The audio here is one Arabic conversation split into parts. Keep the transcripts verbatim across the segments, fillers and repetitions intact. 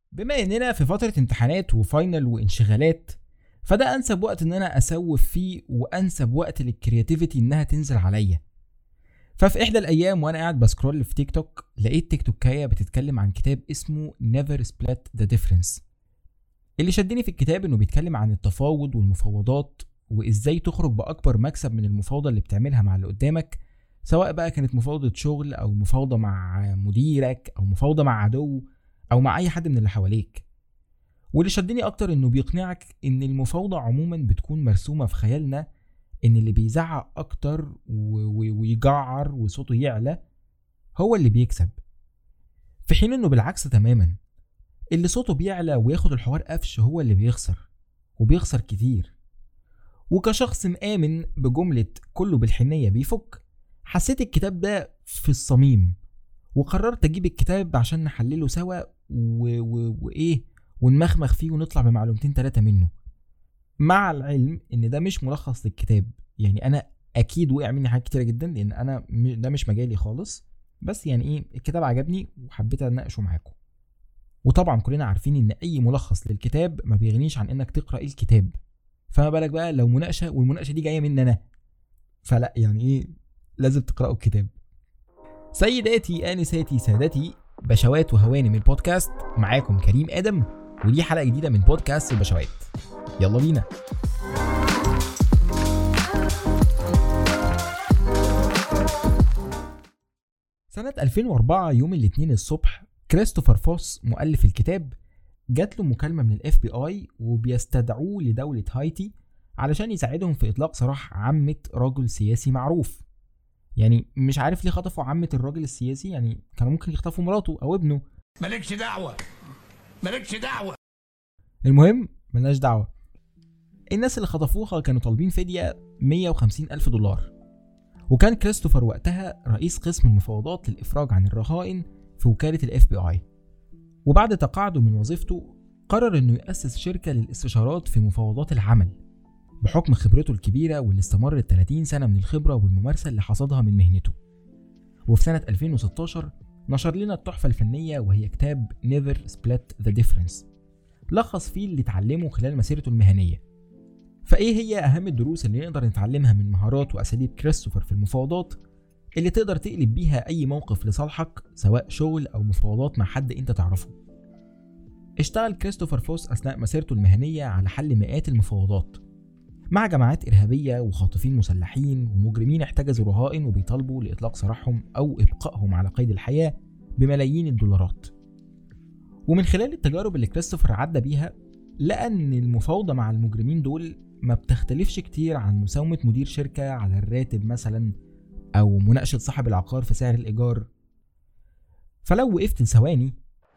بما اننا في فترة امتحانات وفاينل وانشغالات، فده انسب وقت ان انا اسوف فيه وانسب وقت للكرياتيفيتي انها تنزل عليا. ففي احدى الايام وانا قاعد بسكرول في تيك توك، لقيت تيك توكايه بتتكلم عن كتاب اسمه Never Split the Difference. اللي شدني في الكتاب انه بيتكلم عن التفاوض والمفاوضات، وازاي تخرج باكبر مكسب من المفاوضة اللي بتعملها مع اللي قدامك، سواء بقى كانت مفاوضة شغل او مفاوضة مع مديرك او مفاوضة مع عدو او مع اي حد من اللي حواليك. واللي شدني اكتر انه بيقنعك ان المفاوضة عموما بتكون مرسومة في خيالنا، ان اللي بيزعق اكتر ويجعر وصوته يعلى هو اللي بيكسب، في حين انه بالعكس تماما، اللي صوته بيعلى وياخد الحوار قفش هو اللي بيخسر، وبيخسر كتير. وكشخص مآمن بجملة كله بالحنية بيفك، حسيت الكتاب ده في الصميم، وقررت اجيب الكتاب عشان نحلله سوا و... و... وايه ونمخمخ فيه ونطلع بمعلومتين ثلاثة منه، مع العلم ان ده مش ملخص للكتاب. يعني انا اكيد وقع مني حاجات كتيرة جدا، لان انا ده مش مجالي خالص، بس يعني ايه الكتاب عجبني وحبيت اناقشه معاكم. وطبعا كلنا عارفين ان اي ملخص للكتاب ما بيغنيش عن انك تقرأ الكتاب، فما بالك بقى لو مناقشة والمناقشة دي جاية مننا، فلا يعني ايه لازم تقرأوا الكتاب. سيداتي آنساتي سادتي بشوات وهوانم البودكاست، معاكم كريم آدم، ودي حلقة جديدة من بودكاست البشوات. يلا بينا. سنة ألفين وأربعة يوم الاثنين الصبح، كريستوفر فوس مؤلف الكتاب جات له مكالمة من الاف بي اي وبيستدعوه لدولة هايتي علشان يساعدهم في اطلاق سراح عمة رجل سياسي معروف. يعني مش عارف ليه خطفوا عمة الراجل السياسي، يعني كانوا ممكن يخطفوا مراته او ابنه. مالكش دعوة مالكش دعوة المهم ملناش دعوة. الناس اللي خطفوها كانوا طالبين فدية مية وخمسين ألف دولار، وكان كريستوفر وقتها رئيس قسم المفاوضات للإفراج عن الرهائن في وكالة الاف بي اي. وبعد تقاعده من وظيفته قرر انه يأسس شركة للاستشارات في مفاوضات العمل، بحكم خبرته الكبيرة واللي استمرت ثلاثين سنة من الخبرة والممارسة اللي حصدها من مهنته. وفي سنة ألفين وستاشر نشر لنا التحفة الفنية وهي كتاب Never Split the Difference، لخص فيه اللي اتعلمه خلال مسيرته المهنية. فايه هي اهم الدروس اللي نقدر نتعلمها من مهارات واساليب كريستوفر في المفاوضات، اللي تقدر تقلب بيها اي موقف لصالحك، سواء شغل او مفاوضات مع حد انت تعرفه. اشتغل كريستوفر فوس اثناء مسيرته المهنية على حل مئات المفاوضات مع جماعات إرهابية وخاطفين مسلحين ومجرمين احتجزوا رهائن وبيطالبوا لإطلاق سراحهم أو إبقائهم على قيد الحياة بملايين الدولارات. ومن خلال التجارب اللي كريستوفر عدى بيها، لقى أن المفاوضة مع المجرمين دول ما بتختلفش كتير عن مساومة مدير شركة على الراتب مثلا، أو مناقشة صاحب العقار في سعر الإيجار. فلو وقفت لثواني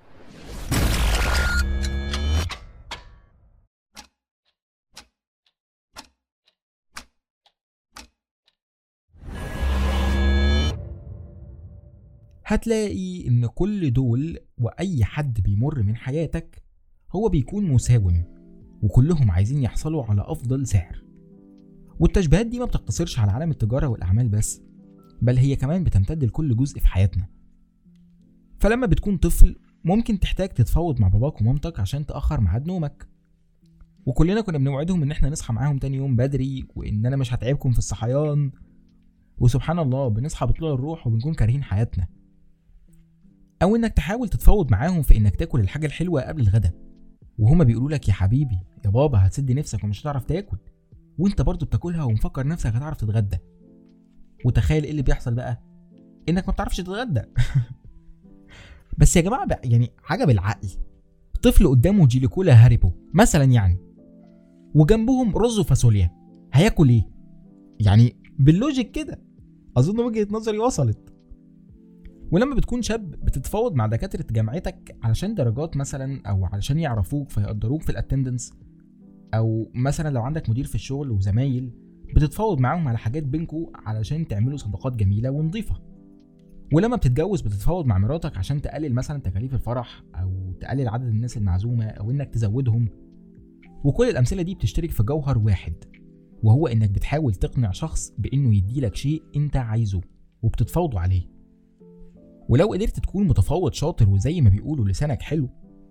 هتلاقي ان كل دول واي حد بيمر من حياتك هو بيكون مساوم، وكلهم عايزين يحصلوا على افضل سعر. والتشبيهات دي ما بتقتصرش على عالم التجارة والاعمال بس، بل هي كمان بتمتد لكل جزء في حياتنا. فلما بتكون طفل ممكن تحتاج تتفاوض مع باباك ومامتك عشان تأخر ميعاد نومك، وكلنا كنا بنوعدهم ان احنا نصحى معاهم تاني يوم بدري، وان انا مش هتعبكم في الصحيان، وسبحان الله بنصحى بطلوع الروح وبنكون كارهين حياتنا. او انك تحاول تتفاوض معاهم في انك تاكل الحاجة الحلوة قبل الغدا، وهما بيقولوا لك يا حبيبي يا بابا هتسد نفسك ومش هتعرف تاكل، وانت برضو بتاكلها ومفكر نفسك هتعرف تتغدى. وتخيل ايه اللي بيحصل بقى، انك ما بتعرفش تتغدى. بس يا جماعة بقى يعني حاجة بالعقل، طفل قدامه جيليكولا هاريبو مثلا يعني، وجنبهم رز وفاصوليا، هياكل ايه؟ يعني باللوجيك كده اظن وجهة نظري وصلت. ولما بتكون شاب بتتفاوض مع دكاترة جامعتك علشان درجات مثلا، او علشان يعرفوك فيقدروك في الاتندنس، او مثلا لو عندك مدير في الشغل وزمايل بتتفاوض معاهم على حاجات بينكو علشان تعملوا صداقات جميلة ونظيفة. ولما بتتجوز بتتفاوض مع مراتك عشان تقلل مثلا تكاليف الفرح، او تقلل عدد الناس المعزومة، او انك تزودهم. وكل الامثلة دي بتشترك في جوهر واحد، وهو انك بتحاول تقنع شخص بانه يديلك شيء انت عايزه وبتتفاوضوا عليه. ولو قدرت تكون متفاوض شاطر وزي ما بيقولوا لسانك حلو،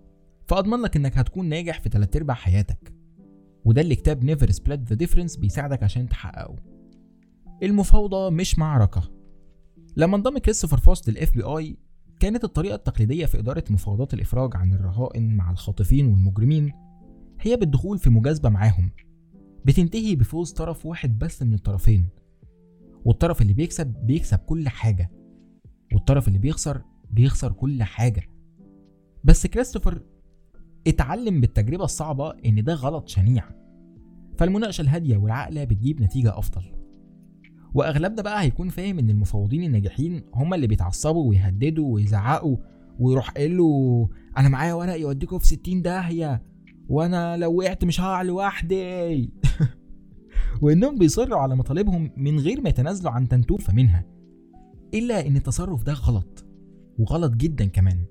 فأضمن لك إنك هتكون ناجح في تلات أرباع حياتك، وده اللي كتاب Never Split the Difference بيساعدك عشان تحققه. المفاوضة مش معركة. لما انضم كريستوفر فاست للإف بي آي كانت الطريقة التقليدية في إدارة مفاوضات الإفراج عن الرهائن مع الخاطفين والمجرمين هي بالدخول في مجازبة معاهم بتنتهي بفوز طرف واحد بس من الطرفين، والطرف اللي بيكسب بيكسب كل حاجة، والطرف اللي بيخسر بيخسر كل حاجة. بس كريستوفر اتعلم بالتجربة الصعبة إن ده غلط شنيع، فالمناقشة الهادية والعاقلة بتجيب نتيجة أفضل. وأغلبنا بقى هيكون فاهم إن المفاوضين الناجحين هم اللي بيتعصبوا ويهددوا ويزعقوا ويروح قايل له أنا معايا ورق يوديكوا في ستين داهية، وأنا لو وقعت مش هقع لوحدي وإنهم بيصروا على مطالبهم من غير ما يتنازلوا عن تنتوفة منها. إلا إن التصرف ده غلط، وغلط جدا كمان.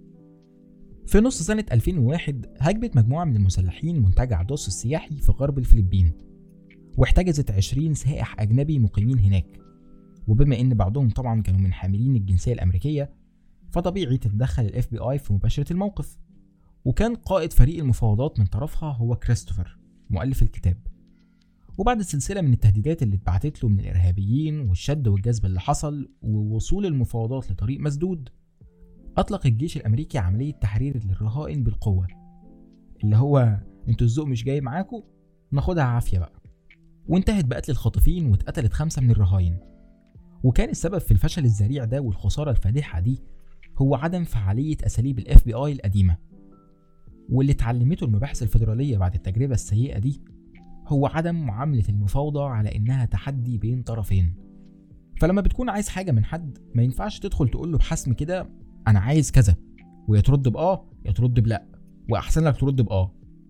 في نص سنة ألفين وواحد هاجمت مجموعة من المسلحين منتجع دوس السياحي في غرب الفلبين، واحتجزت عشرين سائح أجنبي مقيمين هناك. وبما إن بعضهم طبعا كانوا من حاملين الجنسية الأمريكية، فطبيعي تتدخل الإف بي آي في مباشرة الموقف. وكان قائد فريق المفاوضات من طرفها هو كريستوفر مؤلف الكتاب. وبعد سلسلة من التهديدات اللي اتبعتت له من الإرهابيين والشد والجذب اللي حصل ووصول المفاوضات لطريق مسدود، أطلق الجيش الأمريكي عملية تحرير للرهائن بالقوة، اللي هو انتوا الذوق مش جاي معاكم ناخدها عافية بقى. وانتهت بقتل الخاطفين واتقتلت خمسة من الرهاين. وكان السبب في الفشل الذريع ده والخسارة الفادحة دي هو عدم فعالية أساليب الإف بي آي القديمة، واللي اتعلمته المباحث الفيدرالية بعد التجربة السيئة دي هو عدم معاملة المفاوضة على إنها تحدي بين طرفين. فلما بتكون عايز حاجة من حد ما ينفعش تدخل تقوله بحسم كده أنا عايز كذا، ويا ترد بآه يا ترد بلأ، وأحسن لك ترد بآه.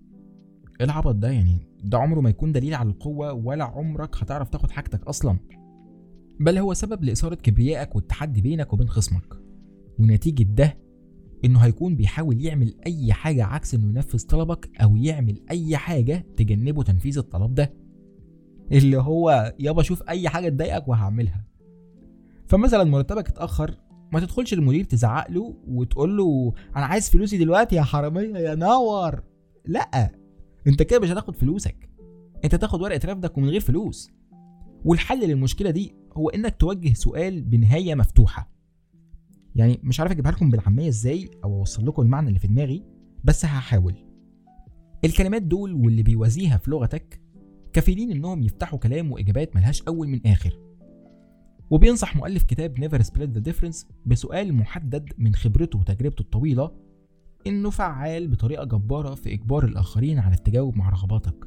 العبط ده يعني ده عمره ما يكون دليل على القوة، ولا عمرك هتعرف تاخد حاجتك أصلا، بل هو سبب لإثارة كبريائك والتحدي بينك وبين خصمك. ونتيجة ده إنه هيكون بيحاول يعمل أي حاجة عكس إنه ينفذ طلبك، أو يعمل أي حاجة تجنبه تنفيذ الطلب ده، اللي هو يابا شوف أي حاجة تضايقك وهعملها. فمثلا مرتبك اتأخر، ما تدخلش المدير تزعق له وتقول له أنا عايز فلوسي دلوقتي يا حرامية يا نور. لأ، أنت كده مش هتاخد فلوسك، أنت تاخد ورقة رفدك ومن غير فلوس. والحل للمشكلة دي هو إنك توجه سؤال بنهاية مفتوحة. يعني مش عارف اجيبها لكم بالعاميه ازاي او اوصل لكم المعنى اللي في دماغي، بس هحاول. الكلمات دول واللي بيوازيها في لغتك كفيلين انهم يفتحوا كلام واجابات ملهاش اول من اخر. وبينصح مؤلف كتاب Never Split the Difference بسؤال محدد من خبرته وتجربته الطويله انه فعال بطريقه جباره في اجبار الاخرين على التجاوب مع رغباتك،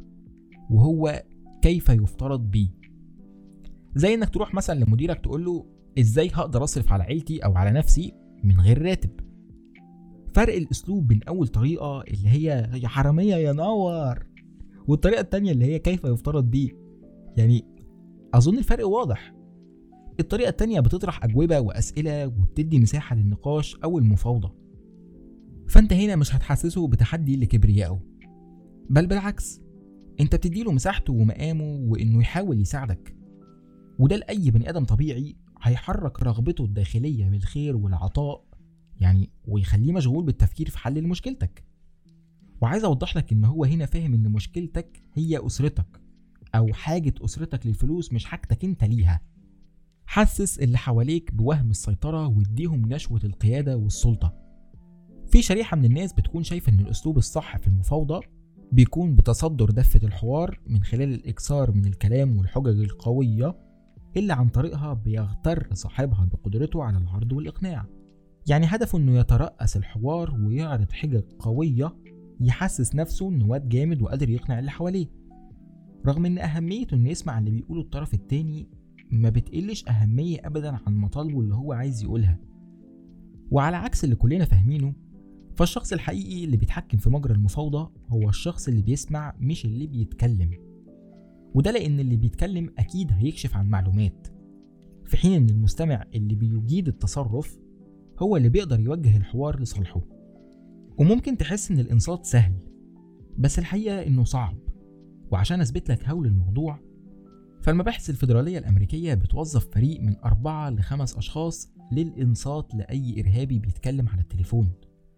وهو كيف يفترض بيه. زي انك تروح مثلا لمديرك تقول له ازاي هقدر اصرف على عيلتي او على نفسي من غير راتب. فرق الاسلوب بين اول طريقه اللي هي يا حراميه يا نور، والطريقه التانية اللي هي كيف يفترض بيه، يعني اظن الفرق واضح. الطريقه التانية بتطرح اجوبه واسئله وبتدي مساحه للنقاش او المفاوضه، فانت هنا مش هتحسسه بتحدي لكبريائه، بل بالعكس انت بتديله مساحته ومقامه وانه يحاول يساعدك. وده لاي بني ادم طبيعي هيحرك رغبته الداخليه بالخير والعطاء، يعني ويخليه مشغول بالتفكير في حل مشكلتك. وعايز اوضح لك ان هو هنا فاهم ان مشكلتك هي اسرتك، او حاجه اسرتك للفلوس مش حاجتك انت ليها. حسس اللي حواليك بوهم السيطره واديهم نشوه القياده والسلطه. في شريحه من الناس بتكون شايفه ان الاسلوب الصح في المفاوضه بيكون بتصدر دفه الحوار من خلال الاكثار من الكلام والحجج القويه اللي عن طريقها بيغتر صاحبها بقدرته على العرض والإقناع. يعني هدفه انه يترأس الحوار ويعرض حجج قوية يحسس نفسه انه واد جامد وقادر يقنع اللي حواليه، رغم ان اهميته انه يسمع اللي بيقوله الطرف التاني ما بتقلش اهمية ابدا عن مطالبه اللي هو عايز يقولها. وعلى عكس اللي كلنا فاهمينه، فالشخص الحقيقي اللي بيتحكم في مجرى المفاوضة هو الشخص اللي بيسمع مش اللي بيتكلم. وده لأن اللي بيتكلم أكيد هيكشف عن معلومات، في حين أن المستمع اللي بيجيد التصرف هو اللي بيقدر يوجه الحوار لصالحه. وممكن تحس أن الإنصات سهل، بس الحقيقة أنه صعب. وعشان أثبت لك هول الموضوع، فالمباحث الفيدرالية الأمريكية بتوظف فريق من أربعة لخمس أشخاص للإنصات لأي إرهابي بيتكلم على التليفون.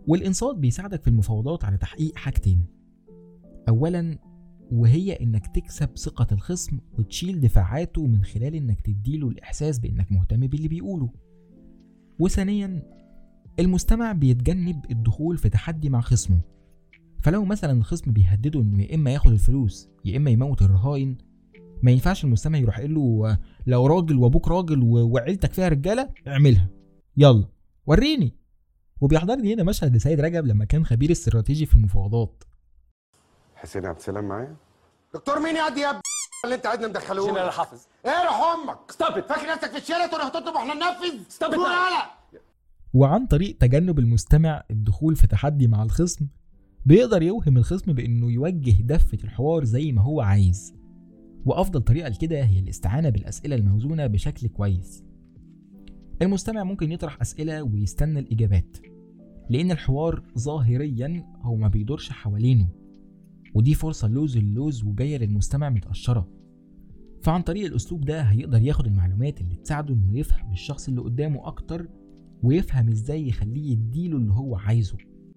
والإنصات بيساعدك في المفاوضات على تحقيق حاجتين. أولا وهي إنك تكسب ثقة الخصم وتشيل دفاعاته من خلال إنك تديله الإحساس بإنك مهتم باللي بيقوله. وثانيا المستمع بيتجنب الدخول في تحدي مع خصمه، فلو مثلا الخصم بيهدده إنه يا إما ياخد الفلوس يا إما يموت الرهاين، ما ينفعش المستمع يروح يقول له لو راجل وابوك راجل وعيلتك فيها رجاله اعملها، يلا وريني. وبيحضرني هنا مشهد لسيد رجب لما كان خبير استراتيجي في المفاوضات. حسين عبد السلام معايا؟ دكتور مين يا دي يا اللي انت قاعدنا مدخلوه؟ جنرال الحافظ. ايه روح امك ستوب ات. فاكر نفسك في الشارع تروح تطلب واحنا ننفذ؟ ستوب ات. وعن طريق تجنب المستمع الدخول في تحدي مع الخصم بيقدر يوهم الخصم بانه يوجه دفة الحوار زي ما هو عايز. وافضل طريقة لكده هي الاستعانة بالاسئلة الموزونة بشكل كويس. المستمع ممكن يطرح اسئلة ويستنى الاجابات، لان الحوار ظاهريا هو ما بيدورش حوالينه، ودي فرصة لوز اللوز وجاية للمستمع متقشرة. فعن طريق الاسلوب ده هيقدر ياخد المعلومات اللي تساعده انه يفهم الشخص اللي قدامه اكتر، ويفهم ازاي يخليه يديله اللي هو عايزه.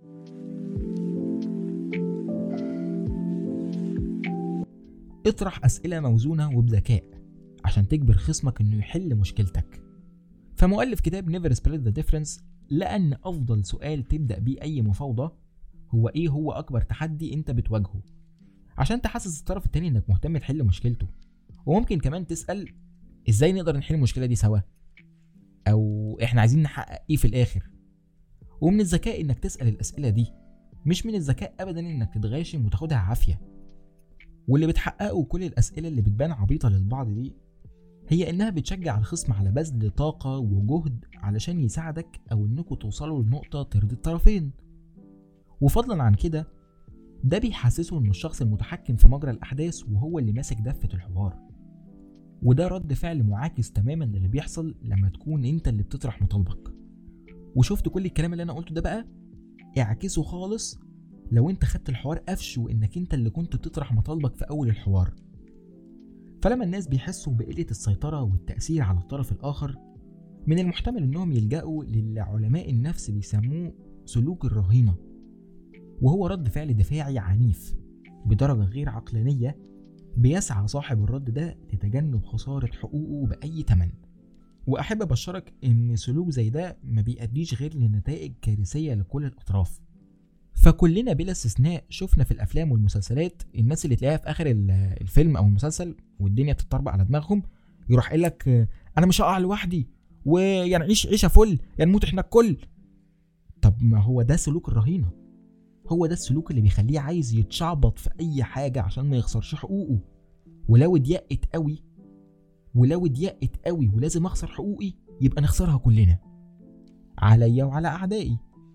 اطرح اسئلة موزونة وبذكاء عشان تجبر خصمك انه يحل مشكلتك. فمؤلف كتاب Never Split the Difference لقى ان افضل سؤال تبدأ بيه اي مفاوضة هو ايه هو اكبر تحدي انت بتواجهه، عشان تحسس الطرف التاني انك مهتم تحل مشكلته. وممكن كمان تسأل ازاي نقدر نحل المشكلة دي سوا، او احنا عايزين نحقق ايه في الاخر. ومن الذكاء انك تسأل الاسئلة دي، مش من الذكاء ابدا انك تتغاشم وتاخدها عافية. واللي بتحققه كل الاسئلة اللي بتبان عبيطة للبعض دي هي انها بتشجع الخصم على بذل طاقة وجهد علشان يساعدك او انكم توصلوا لنقطة ترضي الطرفين. وفضلا عن كده ده بيحسسه انه الشخص المتحكم في مجرى الاحداث وهو اللي ماسك دفة الحوار. وده رد فعل معاكس تماما للي بيحصل لما تكون انت اللي بتطرح مطالبك. وشفت كل الكلام اللي انا قلته ده بقى اعكسه خالص لو انت خدت الحوار قفش وانك انت اللي كنت بتطرح مطالبك في اول الحوار. فلما الناس بيحسوا بقلة السيطرة والتأثير على الطرف الآخر، من المحتمل انهم يلجأوا للي علماء النفس بيسموه سلوك الرهينة، وهو رد فعل دفاعي عنيف بدرجة غير عقلانية بيسعى صاحب الرد ده لتجنب خسارة حقوقه بأي تمن. وأحب أبشرك إن سلوك زي ده ما بيأديش غير لنتائج كارثية لكل الأطراف. فكلنا بلا استثناء شفنا في الأفلام والمسلسلات الناس اللي تلاقيها في آخر الفيلم أو المسلسل والدنيا بتتطربق على دماغهم يروح قايلك أنا مش هقع لوحدي، ويعني عيش عيشة فل، يعني نموت إحنا الكل. طب ما هو ده سلوك الرهينة، هو ده السلوك اللي بيخليه عايز يتشعبط في أي حاجة عشان ما يخسرش حقوقه. ولو اتيقت قوي ولو اتيقت قوي ولازم أخسر حقوقي يبقى نخسرها كلنا، عليا وعلى أعدائي.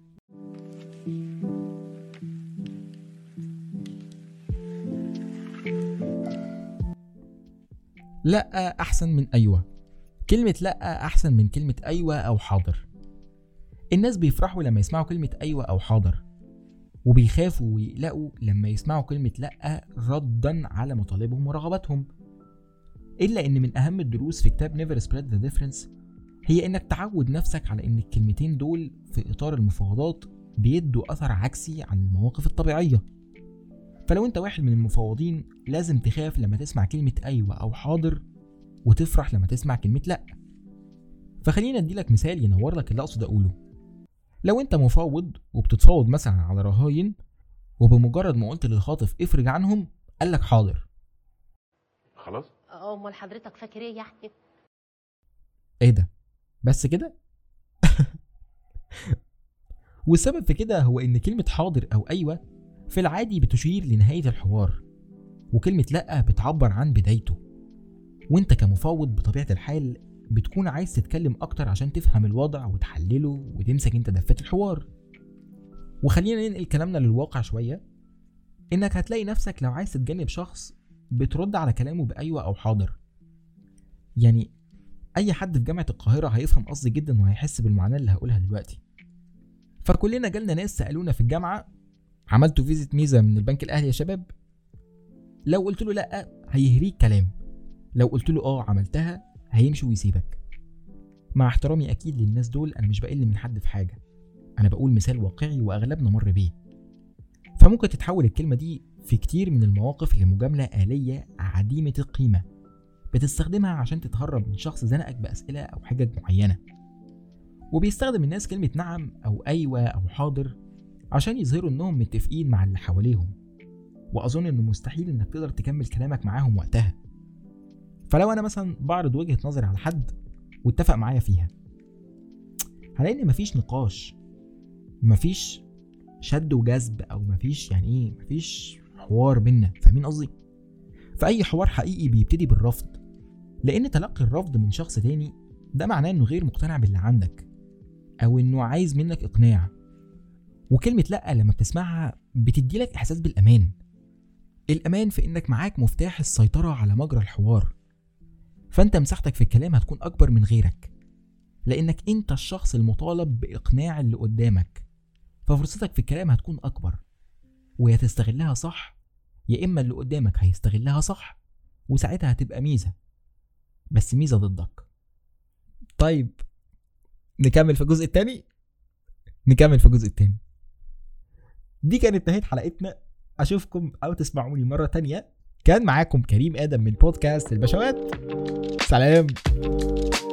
لأ أحسن من أيوة. كلمة لأ أحسن من كلمة أيوة أو حاضر. الناس بيفرحوا لما يسمعوا كلمة أيوة أو حاضر، وبيخافوا ويقلقوا لما يسمعوا كلمة لأ ردا على مطالبهم ورغباتهم. إلا إن من أهم الدروس في كتاب Never Split the Difference هي إنك تعود نفسك على إن الكلمتين دول في إطار المفاوضات بيدوا أثر عكسي عن المواقف الطبيعية. فلو أنت واحد من المفاوضين لازم تخاف لما تسمع كلمة أيوة أو حاضر، وتفرح لما تسمع كلمة لأ. فخلينا أديلك مثال ينور لك اللي أقصد أقوله. لو أنت مفاوض وبتتفاوض مثلا على رهاين، وبمجرد ما قلت للخاطف افرج عنهم قالك حاضر، خلاص؟ امال حضرتك فاكر ايه يعني؟ ايه ده؟ بس كده؟ والسبب في كده هو ان كلمة حاضر او ايوه في العادي بتشير لنهاية الحوار، وكلمة لأ بتعبر عن بدايته. وانت كمفاوض بطبيعة الحال بتكون عايز تتكلم اكتر عشان تفهم الوضع وتحلله وتمسك انت دفة الحوار. وخلينا ننقل كلامنا للواقع شوية، انك هتلاقي نفسك لو عايز تتجنب شخص بترد على كلامه بأيوة او حاضر. يعني اي حد في جامعة القاهرة هيفهم قصدي جدا وهيحس بالمعاناة اللي هقولها دلوقتي. فكلنا جالنا ناس سألونا في الجامعة عملتوا فيزة ميزة من البنك الاهلي يا شباب؟ لو قلت له لأ هيهريك كلام، لو قلت له اه عملتها هيمشي ويسيبك. مع احترامي اكيد للناس دول، انا مش بقل من حد في حاجة، انا بقول مثال واقعي واغلبنا مر بيه. فممكن تتحول الكلمة دي في كتير من المواقف لمجاملة آلية عديمة القيمة بتستخدمها عشان تتهرب من شخص زنقك بأسئلة أو حجج معينة. وبيستخدم الناس كلمة نعم أو أيوة أو حاضر عشان يظهروا إنهم متفقين مع اللي حواليهم، وأظن إنه مستحيل إنك تقدر تكمل كلامك معاهم وقتها. فلو أنا مثلا بعرض وجهة نظري على حد واتفق معايا فيها، هلاقي إن مفيش نقاش، مفيش شد وجذب، أو مفيش يعني إيه مفيش حوار بينا. فاهمين قصدي؟ فأي حوار حقيقي بيبتدي بالرفض، لأن تلقي الرفض من شخص تاني ده معناه إنه غير مقتنع باللي عندك، أو إنه عايز منك إقناع. وكلمة لأ لما بتسمعها بتديلك إحساس بالأمان، الأمان في إنك معاك مفتاح السيطرة على مجرى الحوار. فأنت مساحتك في الكلام هتكون أكبر من غيرك، لأنك أنت الشخص المطالب بإقناع اللي قدامك. ففرصتك في الكلام هتكون أكبر، ويا تستغلها صح يا إما اللي قدامك هيستغلها صح، وساعتها هتبقى ميزة، بس ميزة ضدك. طيب نكمل في الجزء التاني نكمل في الجزء التاني دي كانت نهاية حلقتنا. أشوفكم أو تسمعوني مرة تانية. كان معاكم كريم آدم من بودكاست البشوات. سلام.